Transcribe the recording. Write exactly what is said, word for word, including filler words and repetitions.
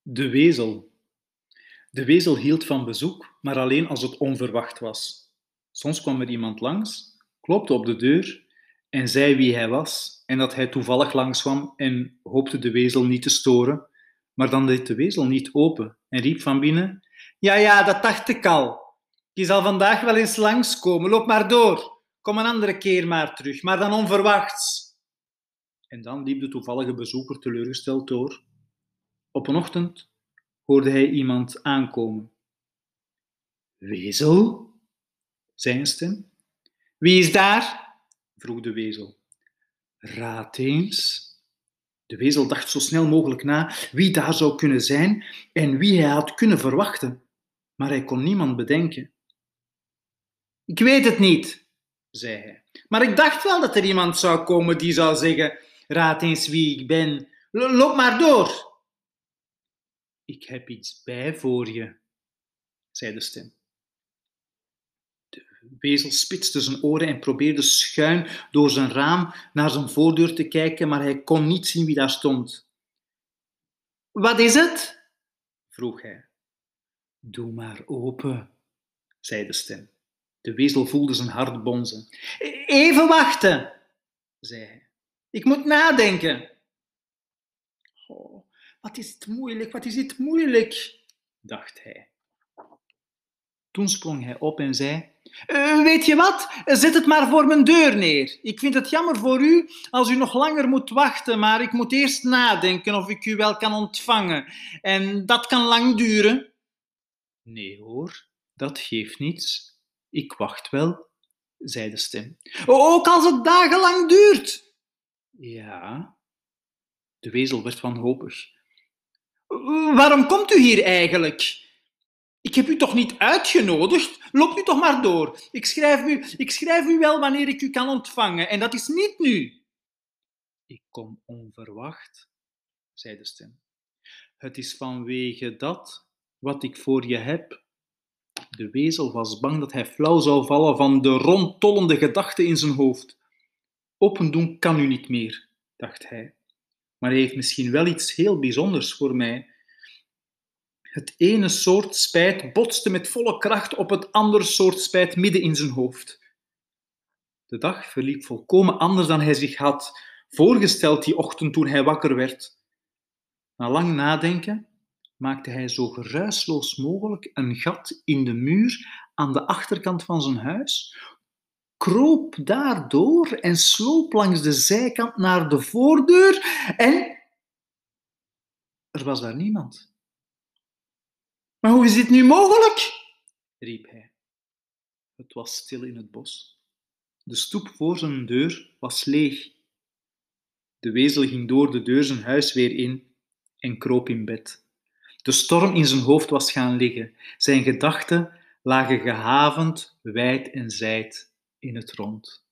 De wezel. De wezel hield van bezoek, maar alleen als het onverwacht was. Soms kwam er iemand langs, klopte op de deur en zei wie hij was en dat hij toevallig langskwam en hoopte de wezel niet te storen. Maar dan deed de wezel niet open en riep van binnen: Ja, ja, dat dacht ik al. Je zal vandaag wel eens langskomen, loop maar door. Kom een andere keer maar terug, maar dan onverwachts. En dan liep de toevallige bezoeker teleurgesteld door. Op een ochtend hoorde hij iemand aankomen. Wezel? Zei een stem. Wie is daar? Vroeg de wezel. Raad eens. De wezel dacht zo snel mogelijk na wie daar zou kunnen zijn en wie hij had kunnen verwachten, maar hij kon niemand bedenken. Ik weet het niet, zei hij, maar ik dacht wel dat er iemand zou komen die zou zeggen: Raad eens wie ik ben, loop maar door. Ik heb iets bij voor je, zei de stem. De wezel spitste zijn oren en probeerde schuin door zijn raam naar zijn voordeur te kijken, maar hij kon niet zien wie daar stond. Wat is het? Vroeg hij. Doe maar open, zei de stem. De wezel voelde zijn hart bonzen. Even wachten, zei hij. Ik moet nadenken. Oh, wat is het moeilijk, wat is dit moeilijk, dacht hij. Toen sprong hij op en zei: uh, weet je wat, zet het maar voor mijn deur neer. Ik vind het jammer voor u als u nog langer moet wachten, maar ik moet eerst nadenken of ik u wel kan ontvangen. En dat kan lang duren. Nee hoor, dat geeft niets. Ik wacht wel, zei de stem. Ook als het dagenlang duurt. Ja. De wezel werd wanhopig. Waarom komt u hier eigenlijk? Ik heb u toch niet uitgenodigd? Loop nu toch maar door. Ik schrijf u, ik schrijf u wel wanneer ik u kan ontvangen, en dat is niet nu. Ik kom onverwacht, zei de stem. Het is vanwege dat wat ik voor je heb. De wezel was bang dat hij flauw zou vallen van de rondtollende gedachten in zijn hoofd. Opendoen kan u niet meer, dacht hij. Maar hij heeft misschien wel iets heel bijzonders voor mij. Het ene soort spijt botste met volle kracht op het andere soort spijt midden in zijn hoofd. De dag verliep volkomen anders dan hij zich had voorgesteld die ochtend toen hij wakker werd. Na lang nadenken maakte hij zo geruisloos mogelijk een gat in de muur aan de achterkant van zijn huis, kroop daardoor en sloop langs de zijkant naar de voordeur en er was daar niemand. Maar hoe is dit nu mogelijk? Riep hij. Het was stil in het bos. De stoep voor zijn deur was leeg. De wezel ging door de deur zijn huis weer in en kroop in bed. De storm in zijn hoofd was gaan liggen. Zijn gedachten lagen gehavend, wijd en zijd in het rond.